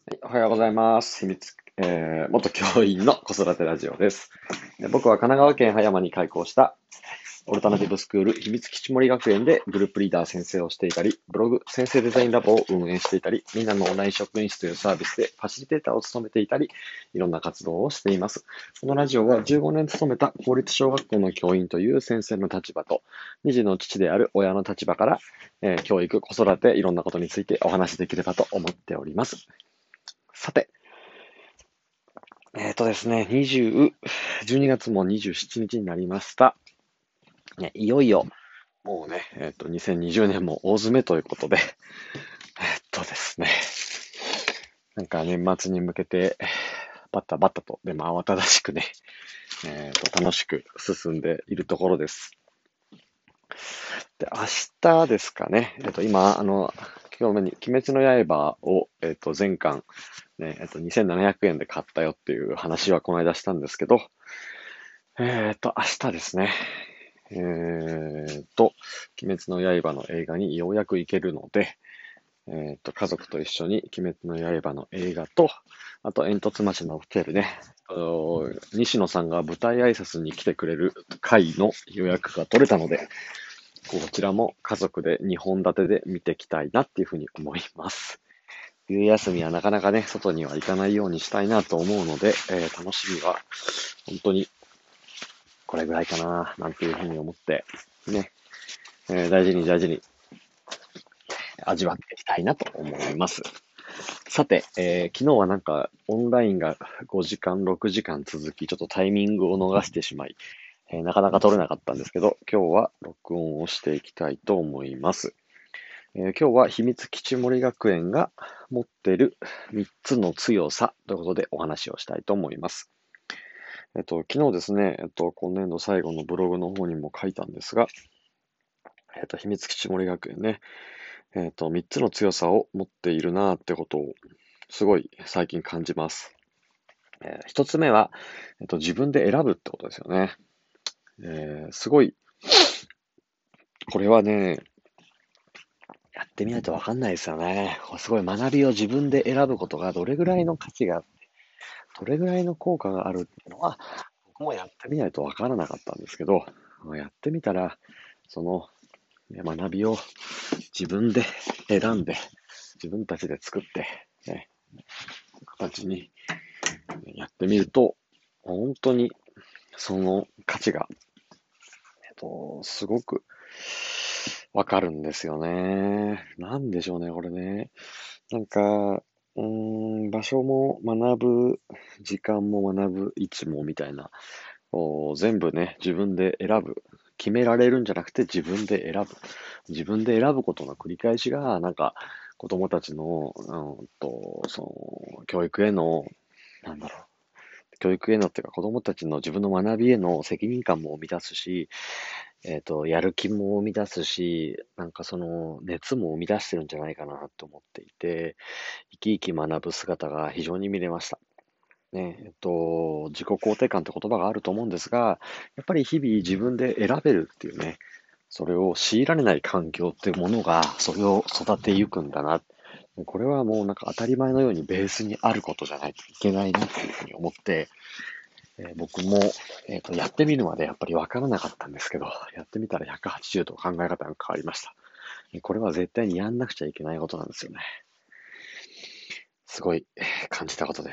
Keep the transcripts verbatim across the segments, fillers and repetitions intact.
はい、おはようございます。秘密、えー、元教員の子育てラジオです。え僕は神奈川県葉山に開校したオルタナティブスクール秘密基地森学園でグループリーダー先生をしていたり、ブログ先生デザインラボを運営していたり、みんなのオンライン職員室というサービスでファシリテーターを務めていたり、いろんな活動をしています。このラジオはじゅうごねん勤めた公立小学校の教員という先生の立場と、に児の父である親の立場から、えー教育、子育て、いろんなことについてお話しできればと思っております。さて、えっとですね、にじゅう、じゅうにがつもにじゅうしちにちにちになりました。ねいよいよ、もうね、えっと、にせんにじゅうねんも大詰めということで、えっとですね、なんか年末に向けて、バタバタと、でも慌ただしくね、えっと、楽しく進んでいるところです。で、明日ですかね、えっと、今、あの、今日目に、鬼滅の刃を、えっと、全巻、ね、えっと、にせんななひゃくえんで買ったよっていう話はこの間したんですけど、えっと、明日ですね、えーっと、鬼滅の刃の映画にようやく行けるので、えーっと、家族と一緒に鬼滅の刃の映画と、あと煙突町のホテルね、あの西野さんが舞台挨拶に来てくれる回の予約が取れたので、こちらも家族でにほん立てで見ていきたいなっていうふうに思います。冬休みはなかなかね、外には行かないようにしたいなと思うので、えー楽しみは本当にこれぐらいかな、なんていうふうに思って、ね、えー大事に大事に味わっていきたいなと思います。さて、えー昨日はなんかオンラインがごじかん、ろくじかん続き、ちょっとタイミングを逃してしまい、えーなかなか撮れなかったんですけど、今日は録音をしていきたいと思います。えー今日は秘密基地森学園が持っているみっつの強さということでお話をしたいと思います。えっと、昨日ですね、えっと、今年度最後のブログの方にも書いたんですが、えっと、秘密基地森学園ね、えっと、みっつの強さを持っているなってことをすごい最近感じます。えー、一つ目は、えっと、自分で選ぶってことですよね。えー、すごい、これはね、やってみないとわかんないですよね。すごい学びを自分で選ぶことがどれぐらいの価値が、どれぐらいの効果があるっていうのは、僕もやってみないとわからなかったんですけど、やってみたら、その学びを自分で選んで、自分たちで作って、ね、形にやってみると、本当にその価値が、えっと、すごくわかるんですよね。なんでしょうね、これね。なんか、うーん、場所も学ぶ、時間も学ぶ、位置もみたいな、こう全部ね、自分で選ぶ。決められるんじゃなくて自分で選ぶ。自分で選ぶことの繰り返しが、なんか、子供たちの、うんと、その、教育への、なんだろう、教育へのっていうか子供たちの自分の学びへの責任感も生み出すし、えっと、やる気も生み出すし、なんかその熱も生み出してるんじゃないかなと思っていて、生き生き学ぶ姿が非常に見れました。ね、えっと、自己肯定感って言葉があると思うんですが、やっぱり日々自分で選べるっていうね、それを強いられない環境っていうものが、それを育てゆくんだな。これはもうなんか当たり前のようにベースにあることじゃないといけないなっていうふうに思って、えー僕も、えっと、やってみるまでやっぱりわからなかったんですけど、やってみたらひゃくはちじゅうど考え方が変わりました。これは絶対にやんなくちゃいけないことなんですよね。すごい感じたことです。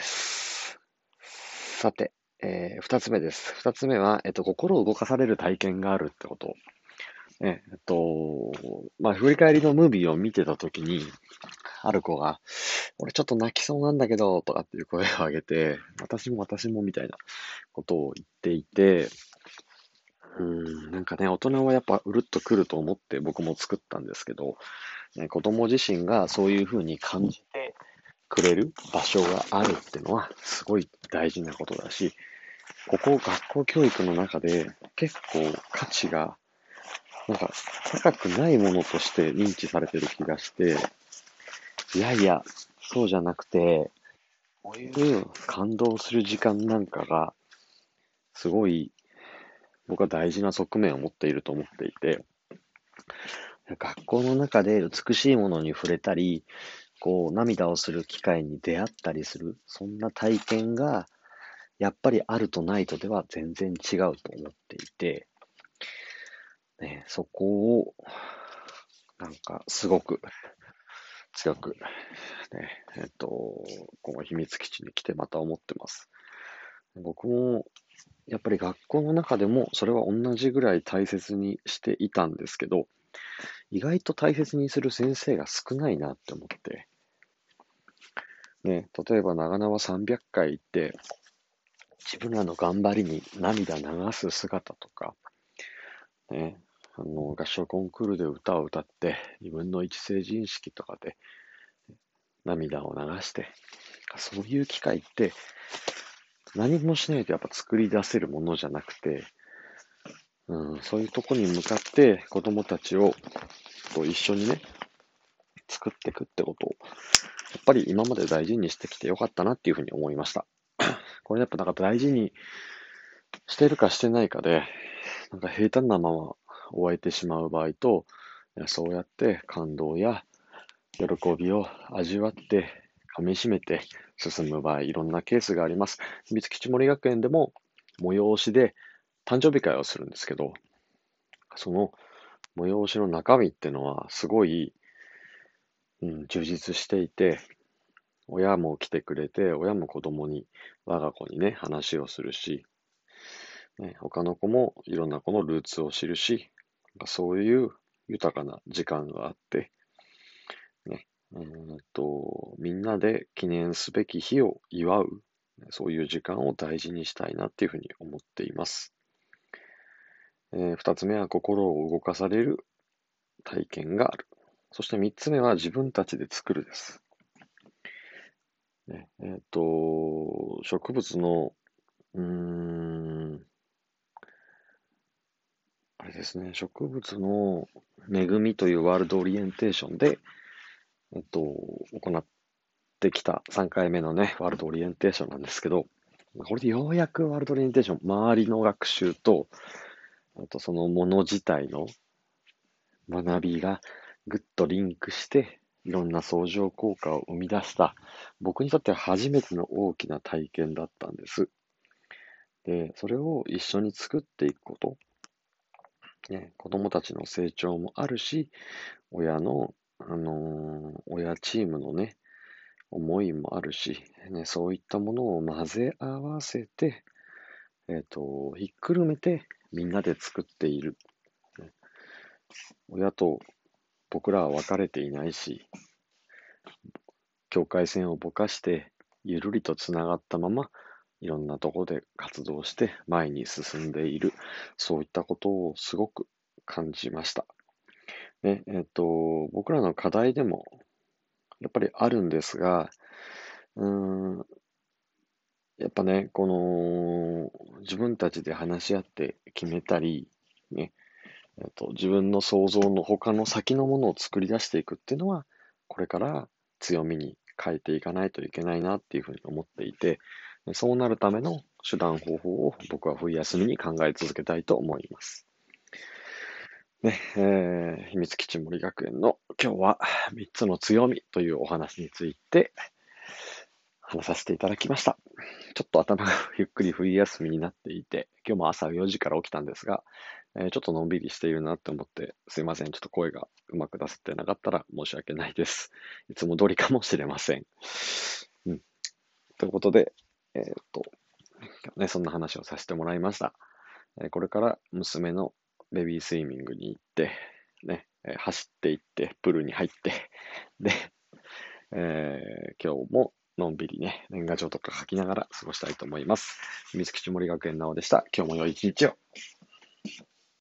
さて、えー、二つ目です。二つ目は、えっと、心を動かされる体験があるってこと。ええっと、まあ、振り返りのムービーを見てたときに、ある子が、俺ちょっと泣きそうなんだけど、とかっていう声を上げて、私も私もみたいなことを言っていて、うーん、なんかね、大人はやっぱうるっとくると思って僕も作ったんですけど、ね、子供自身がそういうふうに感じてくれる場所があるっていうのはすごい大事なことだし、ここ学校教育の中で結構価値がなんか高くないものとして認知されてる気がして、いやいや、そうじゃなくて、こういう感動する時間なんかがすごい僕は大事な側面を持っていると思っていて、学校の中で美しいものに触れたり、 こう、涙をする機会に出会ったりする、そんな体験が、やっぱりあるとないとでは全然違うと思っていて、ね、そこを、なんか、すごく強く、ね、えっと、この秘密基地に来てまた思ってます。僕も、やっぱり学校の中でも、それは同じぐらい大切にしていたんですけど、意外と大切にする先生が少ないなって思って、ね、例えば長縄さんびゃっかい行って、自分らの頑張りに涙流す姿とか、ね、あの、合唱コンクールで歌を歌って、にぶんのいち成人式とかで涙を流して、そういう機会って何もしないとやっぱ作り出せるものじゃなくて、うん、そういうとこに向かって子供たちをこう一緒にね、作っていくってことを、やっぱり今まで大事にしてきてよかったなっていうふうに思いました。これやっぱなんか大事にしてるかしてないかで、なんか平坦なまま終えてしまう場合と、そうやって感動や喜びを味わって噛み締めて進む場合、いろんなケースがあります。秘密基地森学園でも催しで誕生日会をするんですけど、その催しの中身っていうのはすごい、うん、充実していて、親も来てくれて、親も子供に、我が子にね、話をするし、ね、他の子もいろんな子のルーツを知るし、そういう豊かな時間があって、ね、うーんと、みんなで記念すべき日を祝う、そういう時間を大事にしたいなっていうふうに思っています。えー、二つ目は心を動かされる体験がある。そして三つ目は自分たちで作るです。ね、えっと、植物の、うーん、あれですね、植物の恵みというワールドオリエンテーションで、えっと、行ってきたさんかいめのね、ワールドオリエンテーションなんですけど、これでようやくワールドオリエンテーション、周りの学習と、あとそのもの自体の学びがぐっとリンクして、いろんな相乗効果を生み出した、僕にとっては初めての大きな体験だったんです。で、それを一緒に作っていくこと、ね、子供たちの成長もあるし、親の、あのー親チームのね、思いもあるし、ね、そういったものを混ぜ合わせて、えっと、ひっくるめてみんなで作っている。親と僕らは分かれていないし、境界線をぼかして、ゆるりとつながったまま、いろんなところで活動して前に進んでいる。そういったことをすごく感じました。ね、えっと、僕らの課題でもやっぱりあるんですが、うーん、やっぱね、この、自分たちで話し合って決めたり、ね、えっと、自分の想像の他の先のものを作り出していくっていうのは、これから強みに変えていかないといけないなっていうふうに思っていて、そうなるための手段方法を僕は冬休みに考え続けたいと思います。ね、えー、秘密基地森学園の今日はみっつの強みというお話について話させていただきました。ちょっと頭がゆっくり冬休みになっていて、今日も朝よじから起きたんですが、えーちょっとのんびりしているなって思って、すいません。ちょっと声がうまく出せてなかったら申し訳ないです。いつも通りかもしれません。うん。ということで、えーっと、ね、そんな話をさせてもらいました。えーこれから娘のベビースイミングに行って、ね、えー走って行って、プールに入って、で、えー今日ものんびりね、年賀状とか書きながら過ごしたいと思います。秘密基地森学園なおでした。今日も良い一日を。